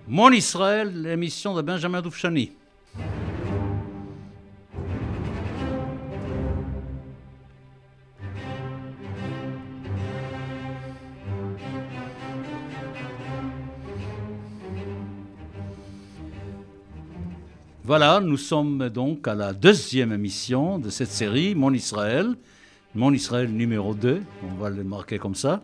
Mon Israël, l'émission de Benjamin Doufchani. Voilà, nous sommes donc à la deuxième émission de cette série, Mon Israël numéro 2, on va le marquer comme ça.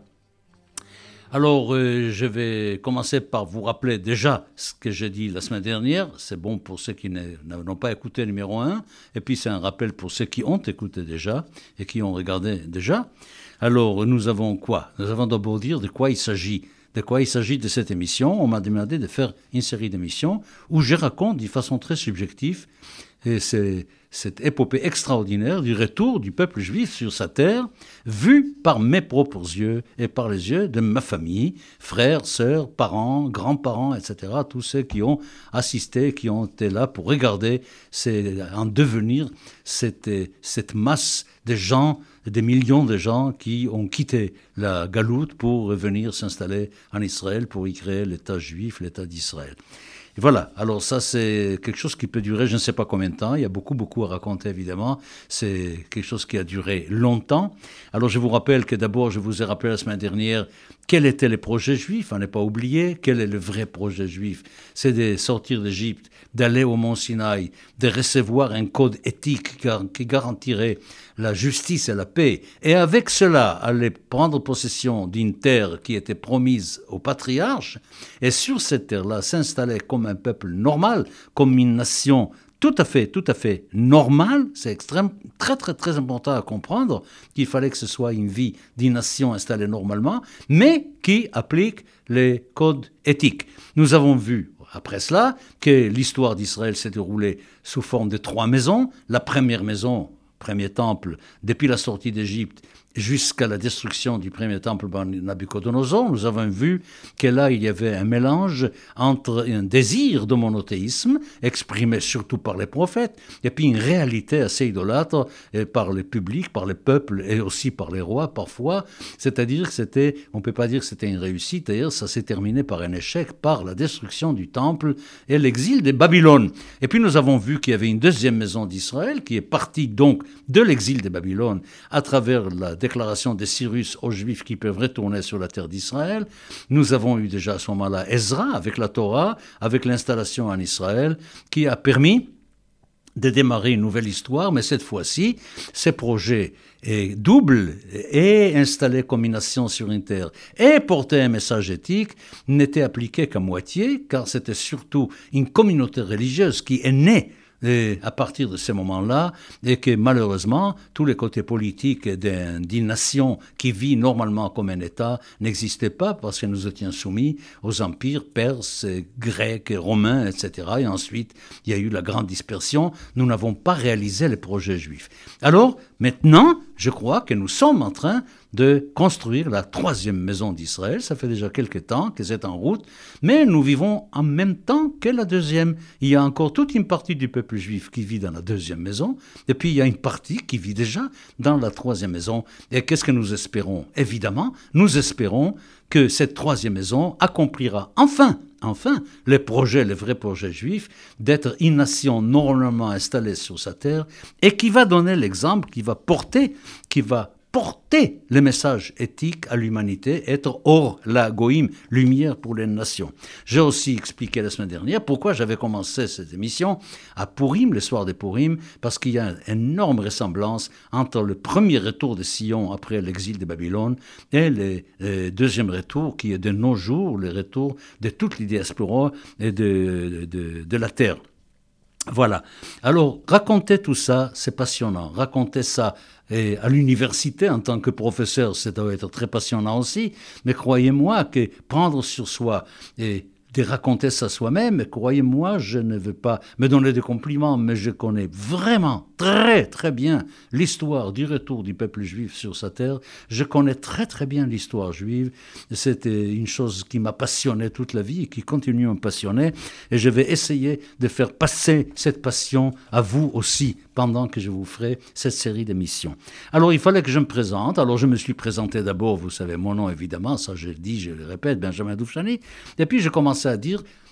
Alors, je vais commencer par vous rappeler déjà ce que j'ai dit la semaine dernière. C'est bon pour ceux qui n'ont pas écouté numéro 1. Et puis, c'est un rappel pour ceux qui ont écouté déjà et qui ont regardé déjà. Alors, nous avons quoi ? Nous avons d'abord dire de quoi il s'agit. De quoi il s'agit de cette émission. On m'a demandé de faire une série d'émissions où je raconte de façon très subjective cette épopée extraordinaire du retour du peuple juif sur sa terre, vue par mes propres yeux et par les yeux de ma famille, frères, sœurs, parents, grands-parents, etc., tous ceux qui ont assisté, qui ont été là pour regarder en devenir cette masse de gens, des millions de gens qui ont quitté la galoute pour venir s'installer en Israël, pour y créer l'État juif, l'État d'Israël. Et voilà, alors ça c'est quelque chose qui peut durer je ne sais pas combien de temps, il y a beaucoup à raconter évidemment, c'est quelque chose qui a duré longtemps. Alors je vous rappelle que d'abord je vous ai rappelé la semaine dernière quels étaient les projets juifs, on n'est pas oublié, quel est le vrai projet juif, c'est de sortir d'Égypte, d'aller au mont Sinaï, de recevoir un code éthique qui garantirait la justice et la paix, et avec cela aller prendre possession d'une terre qui était promise aux patriarches, et sur cette terre-là s'installer comme un peuple normal, comme une nation tout à fait normale. C'est très important à comprendre qu'il fallait que ce soit une vie d'une nation installée normalement, mais qui applique les codes éthiques. Nous avons vu après cela que l'histoire d'Israël s'est déroulée sous forme de 3 maisons. La première maison, premier temple, depuis la sortie d'Égypte jusqu'à la destruction du premier temple par Nabucodonosor, nous avons vu que là, il y avait un mélange entre un désir de monothéisme, exprimé surtout par les prophètes, et puis une réalité assez idolâtre par le public, par le peuple et aussi par les rois parfois. C'est-à-dire que on ne peut pas dire que c'était une réussite, d'ailleurs ça s'est terminé par un échec, par la destruction du temple et l'exil de Babylone. Et puis nous avons vu qu'il y avait une deuxième maison d'Israël qui est partie donc de l'exil de Babylone à travers la déclaration de Cyrus aux Juifs qui peuvent retourner sur la terre d'Israël. Nous avons eu déjà à ce moment-là Ezra avec la Torah, avec l'installation en Israël, qui a permis de démarrer une nouvelle histoire, mais cette fois-ci, ces projets doubles et installés comme une nation sur une terre et porter un message éthique n'étaient appliqués qu'à moitié, car c'était surtout une communauté religieuse qui est née à partir de ce moment-là, et que malheureusement, tous les côtés politiques d'une nation qui vit normalement comme un État n'existaient pas parce que nous étions soumis aux empires perses, grecs, romains, etc. Et ensuite, il y a eu la grande dispersion. Nous n'avons pas réalisé les projets juifs. Alors, maintenant, je crois que nous sommes en train de construire la 3e maison d'Israël. Ça fait déjà quelques temps que c'est en route, mais nous vivons en même temps que la 2e. Il y a encore toute une partie du peuple juif qui vit dans la 2e maison, et puis il y a une partie qui vit déjà dans la 3e maison. Et qu'est-ce que nous espérons ? Évidemment, nous espérons que cette 3e maison accomplira enfin, les vrais projets juifs, d'être une nation normalement installée sur sa terre, et qui va donner l'exemple, qui va porter le message éthique à l'humanité, être hors la goïm, lumière pour les nations. J'ai aussi expliqué la semaine dernière pourquoi j'avais commencé cette émission à Purim, le soir de Purim, parce qu'il y a une énorme ressemblance entre le premier retour de Sion après l'exil de Babylone et le deuxième retour qui est de nos jours, le retour de toute la diaspora et de la terre. Voilà. Alors, raconter tout ça, c'est passionnant. Raconter ça à l'université, en tant que professeur, ça doit être très passionnant aussi. Mais croyez-moi que prendre sur soi et de raconter ça soi-même, croyez-moi, je ne veux pas me donner de compliments, mais je connais vraiment très bien l'histoire du retour du peuple juif sur sa terre. Je connais très bien l'histoire juive. C'était une chose qui m'a passionné toute la vie et qui continue à me passionner. Et je vais essayer de faire passer cette passion à vous aussi pendant que je vous ferai cette série d'émissions. Alors, il fallait que je me présente. Alors, je me suis présenté d'abord, vous savez, mon nom évidemment, ça je le dis, je le répète, Benjamin Doufchani. Et puis, je commençais à dire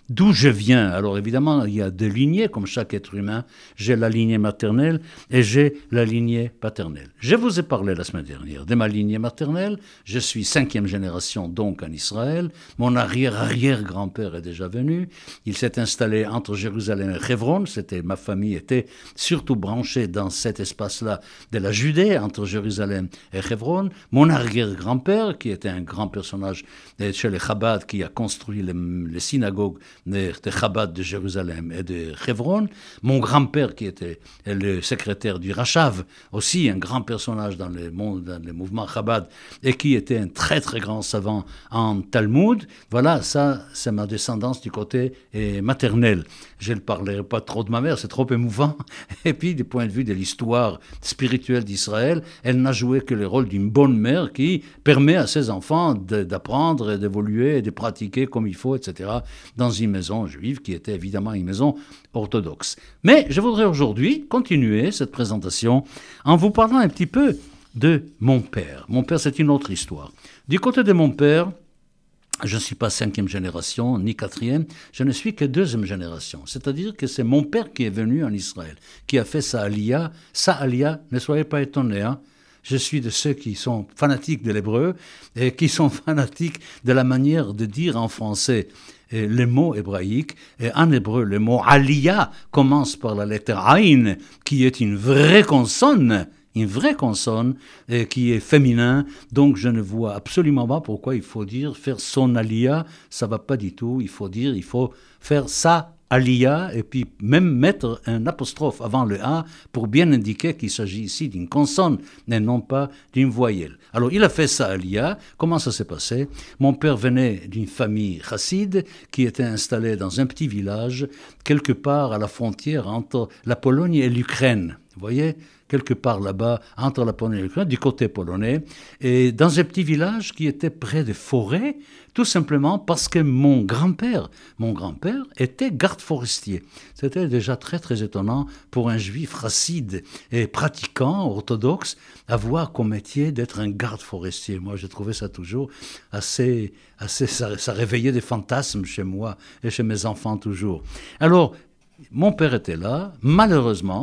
d'où je viens. Alors évidemment, il y a deux lignées, comme chaque être humain. J'ai la lignée maternelle et j'ai la lignée paternelle. Je vous ai parlé la semaine dernière de ma lignée maternelle. Je suis 5e génération donc en Israël. Mon arrière-arrière-grand-père est déjà venu. Il s'est installé entre Jérusalem et Hebron. Ma famille était surtout branchée dans cet espace-là de la Judée, entre Jérusalem et Hebron. Mon arrière-grand-père, qui était un grand personnage chez les Chabad, qui a construit les synagogues de Chabad de Jérusalem et de Hebron. Mon grand-père, qui était le secrétaire du Rachav, aussi un grand personnage dans le mouvement Chabad, et qui était un très très grand savant en Talmud. Voilà, ça, c'est ma descendance du côté maternel. Je ne parlerai pas trop de ma mère, c'est trop émouvant. Et puis, du point de vue de l'histoire spirituelle d'Israël, elle n'a joué que le rôle d'une bonne mère qui permet à ses enfants d'apprendre, d'évoluer, et de pratiquer comme il faut, etc., dans une maison juive qui était évidemment une maison orthodoxe. Mais je voudrais aujourd'hui continuer cette présentation en vous parlant un petit peu de mon père. Mon père, c'est une autre histoire. Du côté de mon père, je ne suis pas 5e génération, ni 4e, je ne suis que 2e génération. C'est-à-dire que c'est mon père qui est venu en Israël, qui a fait sa aliyah. Sa aliyah, ne soyez pas étonnés, hein. Je suis de ceux qui sont fanatiques de l'hébreu et qui sont fanatiques de la manière de dire en français les mots hébraïques. Et en hébreu, le mot aliyah commence par la lettre Aïn, qui est une vraie consonne qui est féminin. Donc je ne vois absolument pas pourquoi il faut dire faire son aliyah, ça ne va pas du tout. Il faut faire sa aliyah et puis même mettre un apostrophe avant le A pour bien indiquer qu'il s'agit ici d'une consonne et non pas d'une voyelle. Alors il a fait sa aliyah. Comment ça s'est passé? Mon père venait d'une famille chasside qui était installée dans un petit village quelque part à la frontière entre la Pologne et l'Ukraine. Vous voyez, quelque part là-bas, entre la Pologne et l'Ukraine, du côté polonais, et dans un petit village qui était près de forêts, tout simplement parce que mon grand-père était garde forestier. C'était déjà très très étonnant pour un juif racide et pratiquant, orthodoxe, avoir comme métier d'être un garde forestier. Moi, j'ai trouvé ça toujours assez ça réveillait des fantasmes chez moi et chez mes enfants toujours. Alors, mon père était là, malheureusement,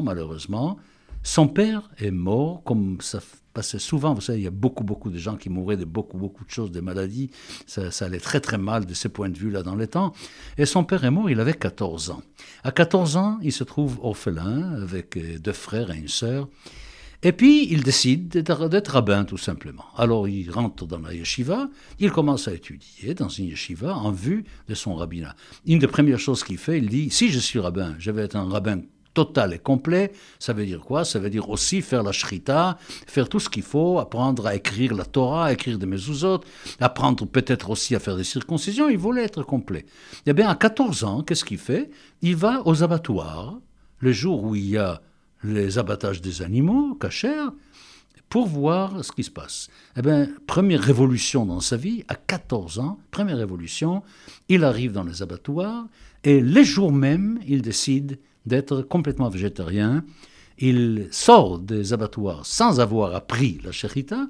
son père est mort, comme ça passait souvent, vous savez, il y a beaucoup de gens qui mouraient de beaucoup de choses, des maladies, ça allait très très mal de ce point de vue-là dans les temps, et son père est mort, il avait 14 ans. À 14 ans, il se trouve orphelin, avec 2 frères et une sœur, et puis il décide d'être rabbin tout simplement. Alors il rentre dans la yeshiva, il commence à étudier dans une yeshiva en vue de son rabbinat. Une des premières choses qu'il fait, il dit, si je suis rabbin, je vais être un rabbin total et complet. Ça veut dire quoi? Ça veut dire aussi faire la shrita, faire tout ce qu'il faut, apprendre à écrire la Torah, à écrire des mezuzot, apprendre peut-être aussi à faire des circoncisions. Il voulait être complet. Eh bien, à 14 ans, qu'est-ce qu'il fait? Il va aux abattoirs, le jour où il y a les abattages des animaux, cachers, pour voir ce qui se passe. Eh bien, première révolution dans sa vie, à 14 ans, première révolution, il arrive dans les abattoirs et les jours même, il décide d'être complètement végétarien. Il sort des abattoirs sans avoir appris la shrita,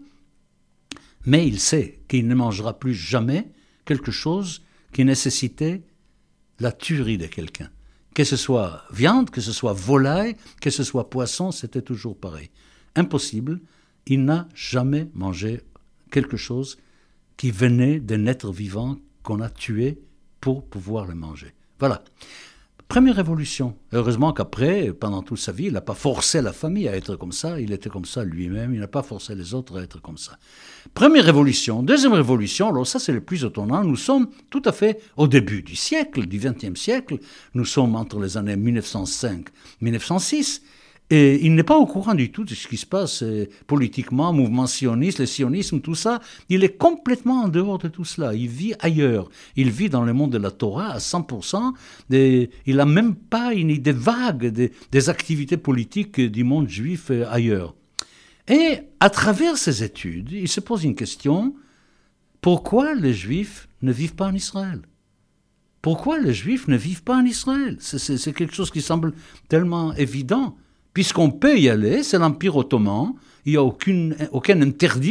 mais il sait qu'il ne mangera plus jamais quelque chose qui nécessitait la tuerie de quelqu'un. Que ce soit viande, que ce soit volaille, que ce soit poisson, c'était toujours pareil. Impossible, il n'a jamais mangé quelque chose qui venait d'un être vivant qu'on a tué pour pouvoir le manger. Voilà. Première révolution. Heureusement qu'après, pendant toute sa vie, il n'a pas forcé la famille à être comme ça. Il était comme ça lui-même. Il n'a pas forcé les autres à être comme ça. Première révolution. Deuxième révolution, alors ça c'est le plus étonnant. Nous sommes tout à fait au début du siècle, du XXe siècle. Nous sommes entre les années 1905-1906. Et il n'est pas au courant du tout de ce qui se passe politiquement, mouvement sioniste, le sionisme, tout ça. Il est complètement en dehors de tout cela. Il vit ailleurs. Il vit dans le monde de la Torah à 100%. Il n'a même pas une idée vague des activités politiques du monde juif ailleurs. Et à travers ses études, il se pose une question. Pourquoi les Juifs ne vivent pas en Israël ? Pourquoi les Juifs ne vivent pas en Israël ? C'est quelque chose qui semble tellement évident. Puisqu'on peut y aller, c'est l'Empire ottoman, il n'y a aucun interdit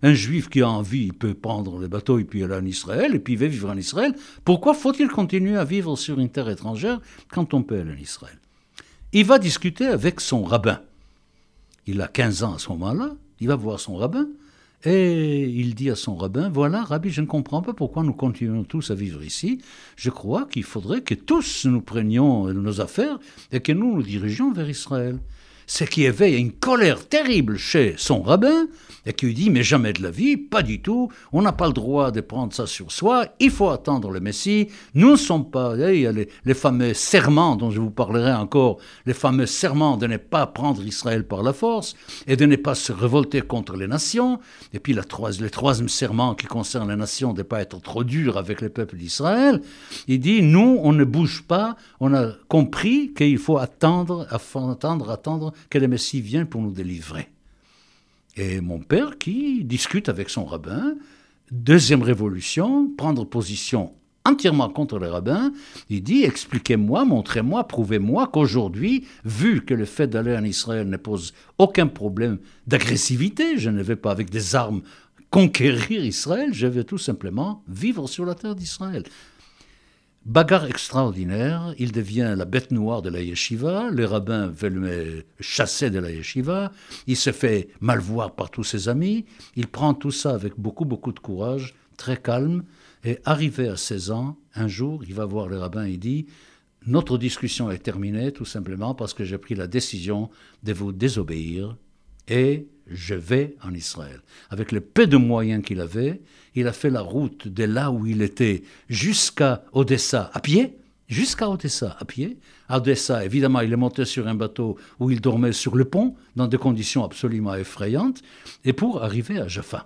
Un juif qui a envie, il peut prendre le bateau et puis aller en Israël, et puis il va vivre en Israël. Pourquoi faut-il continuer à vivre sur une terre étrangère quand on peut aller en Israël? Il va discuter avec son rabbin. Il a 15 ans à ce moment-là, il va voir son rabbin, et il dit à son rabbin, voilà, Rabbi, je ne comprends pas pourquoi nous continuons tous à vivre ici. Je crois qu'il faudrait que tous nous prenions nos affaires et que nous dirigions vers Israël. Ce qui éveille une colère terrible chez son rabbin, et qui lui dit, mais jamais de la vie, pas du tout, on n'a pas le droit de prendre ça sur soi, il faut attendre le Messie, nous ne sommes pas, il y a les fameux serments dont je vous parlerai encore, les fameux serments de ne pas prendre Israël par la force, et de ne pas se révolter contre les nations, et puis le troisième serment qui concerne les nations, de ne pas être trop dur avec le peuple d'Israël, il dit, nous, on ne bouge pas, on a compris qu'il faut attendre que le Messie vienne pour nous délivrer. Et mon père qui discute avec son rabbin, deuxième révolution, prendre position entièrement contre les rabbins, il dit, expliquez-moi, montrez-moi, prouvez-moi qu'aujourd'hui, vu que le fait d'aller en Israël ne pose aucun problème d'agressivité, je ne vais pas avec des armes conquérir Israël, je vais tout simplement vivre sur la terre d'Israël. Bagarre extraordinaire, il devient la bête noire de la yeshiva, les rabbins veulent le chasser de la yeshiva, il se fait mal voir par tous ses amis, il prend tout ça avec beaucoup de courage, très calme, et arrivé à 16 ans, un jour, il va voir le rabbin et il dit « Notre discussion est terminée tout simplement parce que j'ai pris la décision de vous désobéir et je vais en Israël. » Avec le peu de moyens qu'il avait, il a fait la route de là où il était jusqu'à Odessa à pied. À Odessa, évidemment, il est monté sur un bateau où il dormait sur le pont, dans des conditions absolument effrayantes, et pour arriver à Jaffa.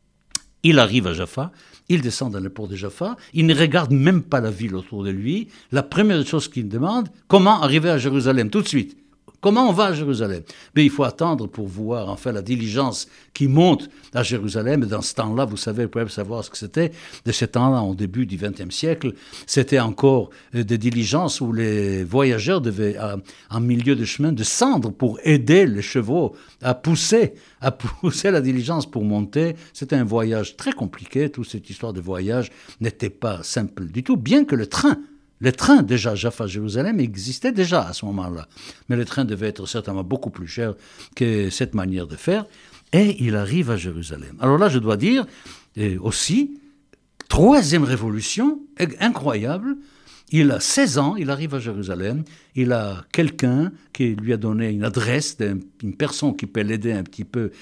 Il arrive à Jaffa, il descend dans le port de Jaffa, il ne regarde même pas la ville autour de lui. La première chose qu'il demande, comment arriver à Jérusalem tout de suite? Comment on va à Jérusalem? Mais il faut attendre pour voir enfin la diligence qui monte à Jérusalem. Et dans ce temps-là, vous savez, vous pouvez savoir ce que c'était. De ce temps-là, au début du XXe siècle, c'était encore des diligences où les voyageurs devaient, en milieu de chemin, descendre pour aider les chevaux à pousser la diligence pour monter. C'était un voyage très compliqué. Toute cette histoire de voyage n'était pas simple du tout, bien que le train, déjà, Jaffa-Jérusalem, existait déjà à ce moment-là. Mais le train devait être certainement beaucoup plus cher que cette manière de faire. Et il arrive à Jérusalem. Alors là, je dois dire, aussi, troisième révolution, incroyable. Il a 16 ans, il arrive à Jérusalem, il a quelqu'un qui lui a donné une adresse d'une personne qui peut l'aider un petit peu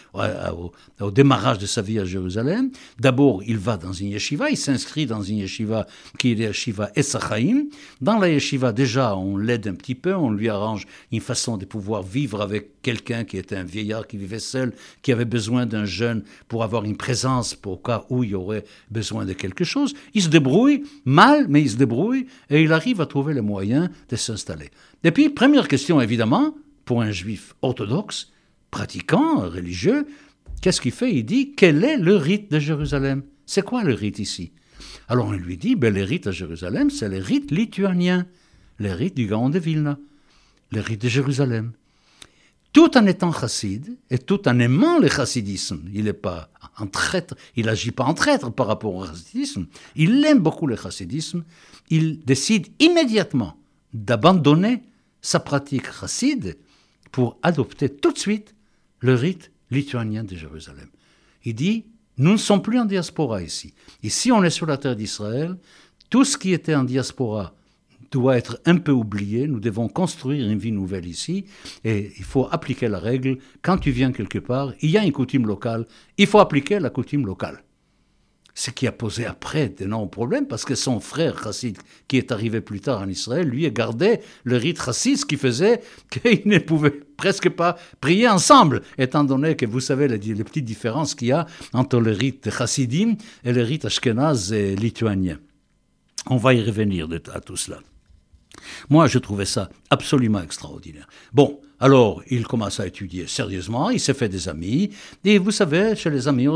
au démarrage de sa vie à Jérusalem. D'abord, il va dans une yeshiva, il s'inscrit dans une yeshiva qui est la yeshiva Essachaim. Dans la yeshiva, déjà, on l'aide un petit peu, on lui arrange une façon de pouvoir vivre avec quelqu'un qui était un vieillard qui vivait seul, qui avait besoin d'un jeune pour avoir une présence pour au cas où il y aurait besoin de quelque chose. Il se débrouille, mal, mais il se débrouille, et il arrive à trouver les moyens de s'installer. Et puis, première question, évidemment, pour un juif orthodoxe, pratiquant, religieux, qu'est-ce qu'il fait? Il dit, quel est le rite de Jérusalem? C'est quoi le rite ici? Alors on lui dit, le rite à Jérusalem, c'est le rite lituanien, le rite du Gaon de Vilna, le rite de Jérusalem. Tout en étant chassid et tout en aimant le chassidisme, il n'est pas en traître, il n'agit pas en traître par rapport au chassidisme, il aime beaucoup le chassidisme, il décide immédiatement d'abandonner sa pratique chasside pour adopter tout de suite le rite lituanien de Jérusalem. Il dit, nous ne sommes plus en diaspora ici. Ici, on est sur la terre d'Israël. Tout ce qui était en diaspora doit être un peu oublié. Nous devons construire une vie nouvelle ici. Et il faut appliquer la règle. Quand tu viens quelque part, il y a une coutume locale. Il faut appliquer la coutume locale. Ce qui a posé après d'énormes problèmes, parce que son frère chassid, qui est arrivé plus tard en Israël, lui a gardé le rite chassid, ce qui faisait qu'ils ne pouvaient presque pas prier ensemble, étant donné que vous savez les petites différences qu'il y a entre le rite chassidim et le rite ashkénaze et lituanien. On va y revenir à tout cela. Moi, je trouvais ça absolument extraordinaire. Bon, alors, il commence à étudier sérieusement, il s'est fait des amis, et vous savez, chez les amis,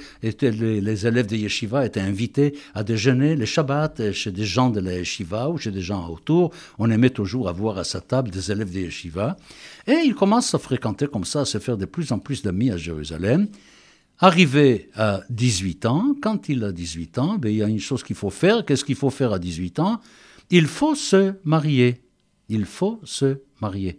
les élèves de yeshiva étaient invités à déjeuner les Shabbats chez des gens de la yeshiva ou chez des gens autour. On aimait toujours avoir à sa table des élèves de yeshiva. Et il commence à fréquenter comme ça, à se faire de plus en plus d'amis à Jérusalem. Arrivé à 18 ans, quand il a 18 ans, il y a une chose qu'il faut faire. Qu'est-ce qu'il faut faire à 18 ans? Il faut se marier. Il faut se marier.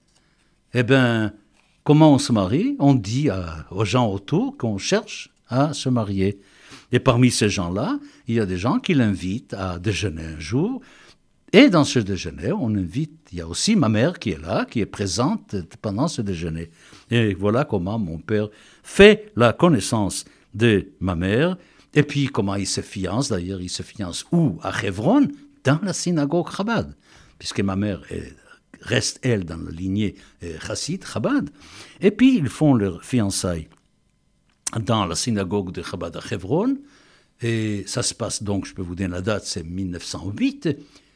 Eh bien, comment on se marie? On dit aux gens autour qu'on cherche à se marier. Et parmi ces gens-là, il y a des gens qui l'invitent à déjeuner un jour. Et dans ce déjeuner, il y a aussi ma mère qui est là, qui est présente pendant ce déjeuner. Et voilà comment mon père fait la connaissance de ma mère. Et puis comment il se fiance. D'ailleurs, il se fiance où? À Hebron, dans la synagogue Chabad. Puisque ma mère reste, elle, dans la lignée Chassid, Chabad. Et puis, ils font leur fiançailles dans la synagogue de Chabad à Hebron. Et ça se passe donc, je peux vous donner la date, c'est 1908.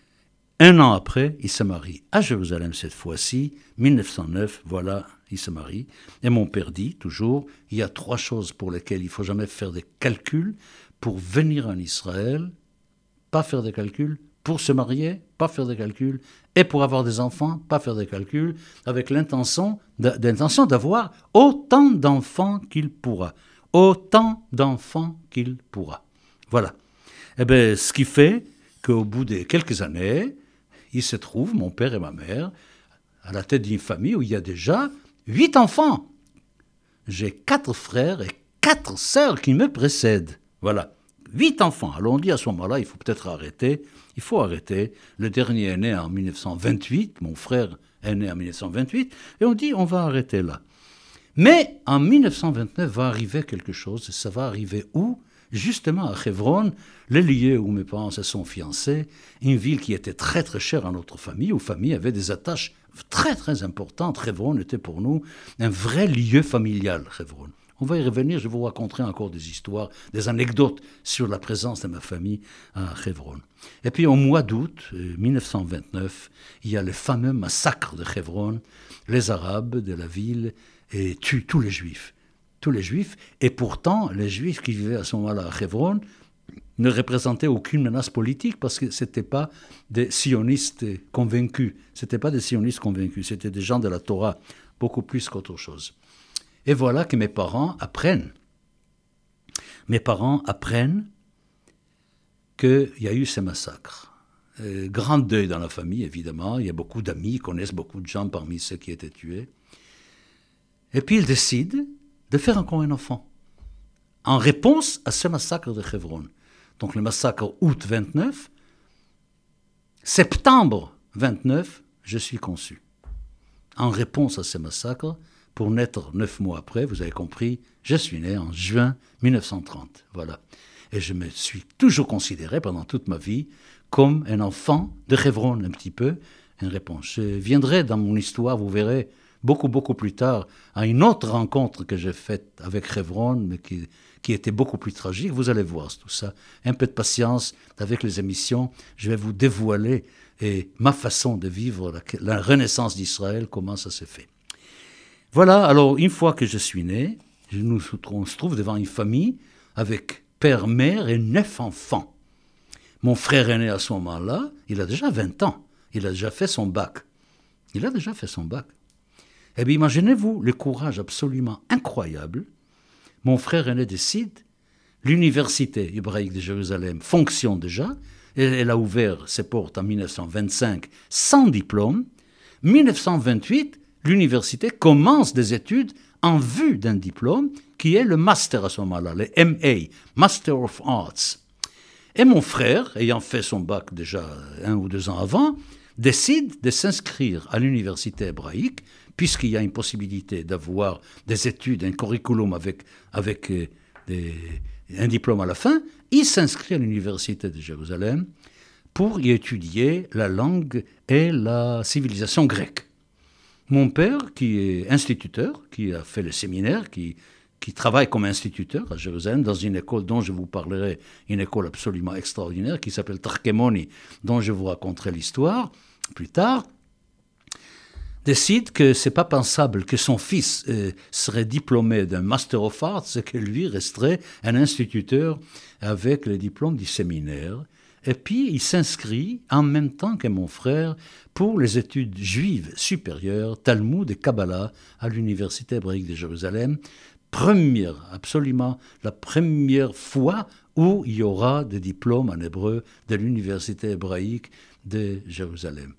Un an après, ils se marient à Jérusalem cette fois-ci. 1909, voilà, ils se marient. Et mon père dit toujours, il y a 3 choses pour lesquelles il ne faut jamais faire des calculs. Pour venir en Israël, pas faire des calculs. Pour se marier, pas faire des calculs. Et pour avoir des enfants, pas faire des calculs. Avec l'intention d'avoir autant d'enfants qu'il pourra. Autant d'enfants qu'il pourra. Voilà. Eh bien, ce qui fait qu'au bout de quelques années, il se trouve, mon père et ma mère, à la tête d'une famille où il y a déjà 8 enfants. J'ai 4 frères et 4 sœurs qui me précèdent. Voilà. 8 enfants. Alors on dit à ce moment-là, il faut peut-être arrêter. Il faut arrêter. Le dernier est né en 1928. Mon frère est né en 1928. Et on dit, on va arrêter là. Mais en 1929 va arriver quelque chose. Ça va arriver où? Justement à Hebron, le lieu où mes parents se sont fiancés, une ville qui était très très chère à notre famille, où famille avait des attaches très très importantes. Hebron était pour nous un vrai lieu familial, Hebron. On va y revenir, je vous raconterai encore des histoires, des anecdotes sur la présence de ma famille à Hebron. Et puis au mois d'août 1929, il y a le fameux massacre de Hebron. Les Arabes de la ville tuent tous les Juifs. Tous les Juifs, et pourtant, les Juifs qui vivaient à ce moment-là à Hebron ne représentaient aucune menace politique parce que ce n'étaient pas des sionistes convaincus. Ce n'étaient pas des sionistes convaincus, c'était des gens de la Torah, beaucoup plus qu'autre chose. Et voilà que mes parents apprennent qu'il y a eu ces massacres. Grand deuil dans la famille, évidemment. Il y a beaucoup d'amis, ils connaissent beaucoup de gens parmi ceux qui étaient tués. Et puis ils décident de faire encore un enfant, en réponse à ce massacre de Hebron. Donc le massacre août 29, septembre 29, je suis conçu. En réponse à ce massacre, pour naître 9 mois après, vous avez compris, je suis né en juin 1930. Voilà. Et je me suis toujours considéré pendant toute ma vie comme un enfant de Hebron, un petit peu, une réponse. Je viendrai dans mon histoire, vous verrez, beaucoup plus tard, à une autre rencontre que j'ai faite avec Hebron, mais qui était beaucoup plus tragique. Vous allez voir tout ça. Un peu de patience avec les émissions. Je vais vous dévoiler ma façon de vivre la renaissance d'Israël, comment ça s'est fait. Voilà, alors une fois que je suis né, on se trouve devant une famille avec père, mère et 9 enfants. Mon frère aîné à ce moment-là, il a déjà 20 ans. Il a déjà fait son bac. Eh bien, imaginez-vous le courage absolument incroyable. Mon frère aîné décide, l'université hébraïque de Jérusalem fonctionne déjà, elle a ouvert ses portes en 1925 sans diplôme. 1928, l'université commence des études en vue d'un diplôme qui est le master à ce moment-là, le MA, Master of Arts. Et mon frère, ayant fait son bac déjà 1 ou 2 ans avant, décide de s'inscrire à l'université hébraïque, puisqu'il y a une possibilité d'avoir des études, un curriculum avec un diplôme à la fin. Il s'inscrit à l'université de Jérusalem pour y étudier la langue et la civilisation grecque. Mon père, qui est instituteur, qui a fait le séminaire, qui travaille comme instituteur à Jérusalem, dans une école dont je vous parlerai, une école absolument extraordinaire, qui s'appelle Tarkemoni, dont je vous raconterai l'histoire plus tard, décide que ce n'est pas pensable que son fils serait diplômé d'un Master of Arts et que lui resterait un instituteur avec le diplôme du séminaire. Et puis, il s'inscrit en même temps que mon frère pour les études juives supérieures, Talmud et Kabbalah, à l'Université hébraïque de Jérusalem, absolument la première fois où il y aura des diplômes en hébreu de l'université hébraïque de Jérusalem.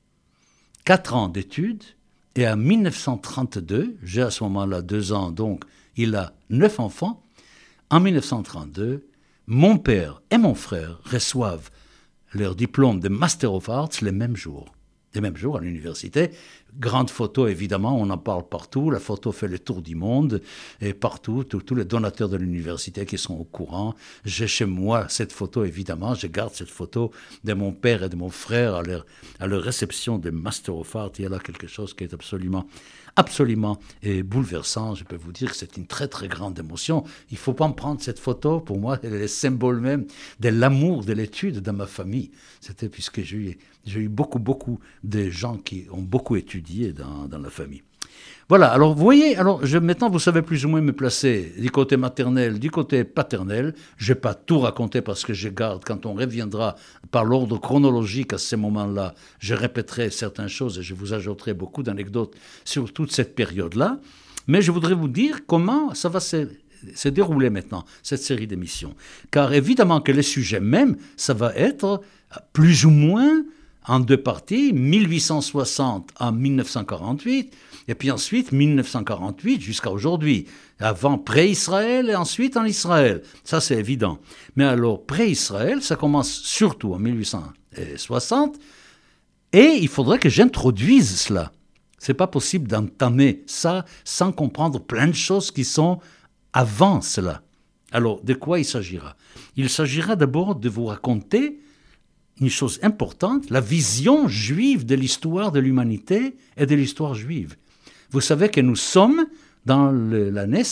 4 ans d'études, et en 1932, j'ai à ce moment-là 2 ans, donc il a 9 enfants. En 1932, mon père et mon frère reçoivent leur diplôme de Master of Arts les mêmes jours à l'université. Grande photo, évidemment, on en parle partout. La photo fait le tour du monde et partout, tous les donateurs de l'université qui sont au courant. J'ai chez moi cette photo, évidemment. Je garde cette photo de mon père et de mon frère à leur réception de Master of Arts. Il y a là quelque chose qui est absolument bouleversant. Je peux vous dire que c'est une très, très grande émotion. Il ne faut pas me prendre cette photo. Pour moi, elle est le symbole même de l'amour de l'étude dans ma famille. C'était puisque j'ai eu beaucoup de gens qui ont beaucoup étudié dans la famille. Voilà, alors vous voyez, maintenant vous savez plus ou moins me placer du côté maternel, du côté paternel. Je ne vais pas tout raconter parce que je garde, quand on reviendra par l'ordre chronologique à ces moments-là, je répéterai certaines choses et je vous ajouterai beaucoup d'anecdotes sur toute cette période-là. Mais je voudrais vous dire comment ça va se dérouler maintenant, cette série d'émissions. Car évidemment que les sujets même, ça va être plus ou moins en 2 parties, 1860 à 1948, et puis ensuite 1948 jusqu'à aujourd'hui, avant pré-Israël et ensuite en Israël. Ça, c'est évident. Mais alors, pré-Israël, ça commence surtout en 1860, et il faudrait que j'introduise cela. Ce n'est pas possible d'entamer ça sans comprendre plein de choses qui sont avant cela. Alors, de quoi il s'agira ? Il s'agira d'abord de vous raconter une chose importante, la vision juive de l'histoire de l'humanité et de l'histoire juive. Vous savez que nous sommes dans l'année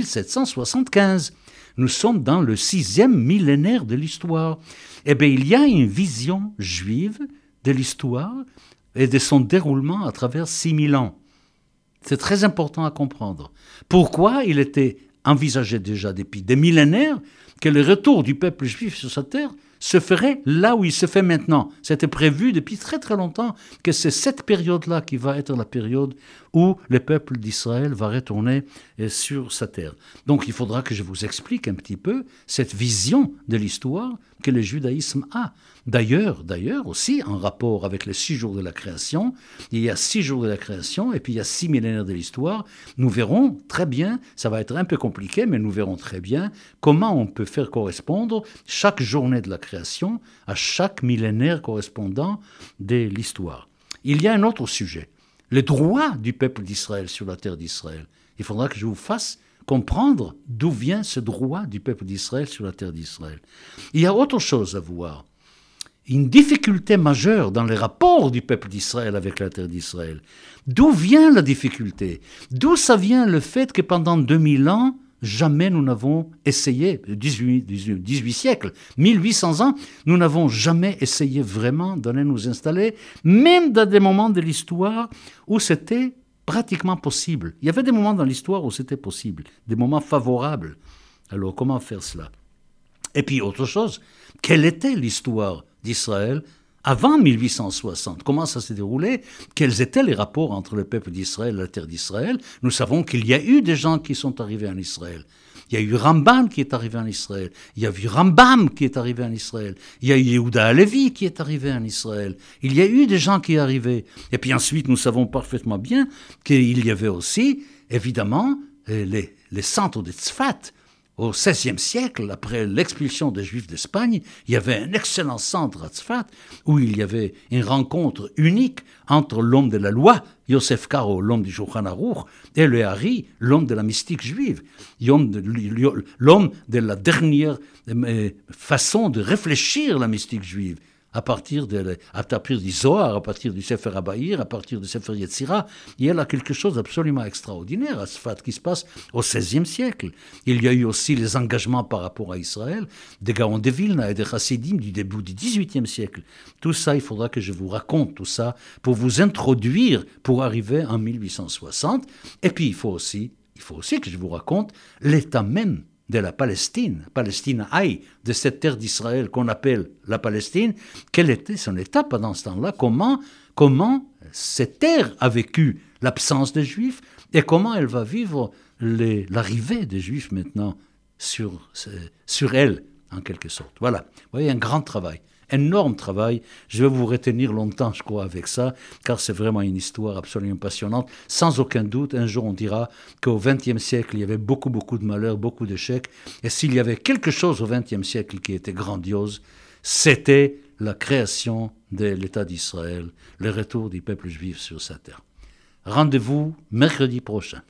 5775. Nous sommes dans le 6e millénaire de l'histoire. Eh bien, il y a une vision juive de l'histoire et de son déroulement à travers 6000 ans. C'est très important à comprendre. Pourquoi il était envisagé déjà depuis des millénaires que le retour du peuple juif sur sa terre se ferait là où il se fait maintenant. C'était prévu depuis très très longtemps que c'est cette période-là qui va être la période où le peuple d'Israël va retourner sur sa terre. Donc il faudra que je vous explique un petit peu cette vision de l'histoire que le judaïsme a. D'ailleurs aussi, en rapport avec les 6 jours de la création, il y a 6 jours de la création et puis il y a 6 millénaires de l'histoire. Nous verrons très bien, ça va être un peu compliqué, mais nous verrons très bien comment on peut faire correspondre chaque journée de la création à chaque millénaire correspondant de l'histoire. Il y a un autre sujet, le droit du peuple d'Israël sur la terre d'Israël. Il faudra que je vous fasse comprendre d'où vient ce droit du peuple d'Israël sur la terre d'Israël. Il y a autre chose à voir. Une difficulté majeure dans les rapports du peuple d'Israël avec la terre d'Israël. D'où vient la difficulté ? D'où ça vient le fait que pendant 2000 ans, jamais nous n'avons essayé, 18 siècles, 1800 ans, nous n'avons jamais essayé vraiment d'aller nous installer, même dans des moments de l'histoire où c'était pratiquement possible. Il y avait des moments dans l'histoire où c'était possible, des moments favorables. Alors comment faire cela ? Et puis autre chose, quelle était l'histoire d'Israël avant 1860? Comment ça s'est déroulé? Quels étaient les rapports entre le peuple d'Israël et la terre d'Israël? Nous savons qu'il y a eu des gens qui sont arrivés en Israël. Il y a eu Ramban qui est arrivé en Israël. Il y a eu Rambam qui est arrivé en Israël. Il y a eu Yehuda Halevi qui est arrivé en Israël. Il y a eu des gens qui arrivaient. Et puis ensuite, nous savons parfaitement bien qu'il y avait aussi, évidemment, les centres de Tzfat. Au XVIe siècle, après l'expulsion des Juifs d'Espagne, il y avait un excellent centre à Tzfat où il y avait une rencontre unique entre l'homme de la loi, Yosef Karo, l'homme du Shulchan Aruch, et le Hari, l'homme de la mystique juive, l'homme de la dernière façon de réfléchir la mystique juive. À partir du Zohar, à partir du Sefer Abaïr, à partir du Sefer Yetzira, il y a là quelque chose d'absolument extraordinaire à Tzfat qui se passe au XVIe siècle. Il y a eu aussi les engagements par rapport à Israël, des Gaon de Vilna et des Chassidim du début du XVIIIe siècle. Tout ça, il faudra que je vous raconte tout ça pour vous introduire, pour arriver en 1860. Et puis, il faut aussi que je vous raconte l'état même de la Palestine Haï, de cette terre d'Israël qu'on appelle la Palestine, quel était son état pendant ce temps-là, comment cette terre a vécu l'absence des Juifs et comment elle va vivre l'arrivée des Juifs maintenant sur elle, en quelque sorte. Voilà, vous voyez, un grand travail. Énorme travail. Je vais vous retenir longtemps, je crois, avec ça, car c'est vraiment une histoire absolument passionnante. Sans aucun doute, un jour, on dira qu'au XXe siècle, il y avait beaucoup, beaucoup de malheurs, beaucoup d'échecs. Et s'il y avait quelque chose au XXe siècle qui était grandiose, c'était la création de l'État d'Israël, le retour du peuple juif sur sa terre. Rendez-vous mercredi prochain.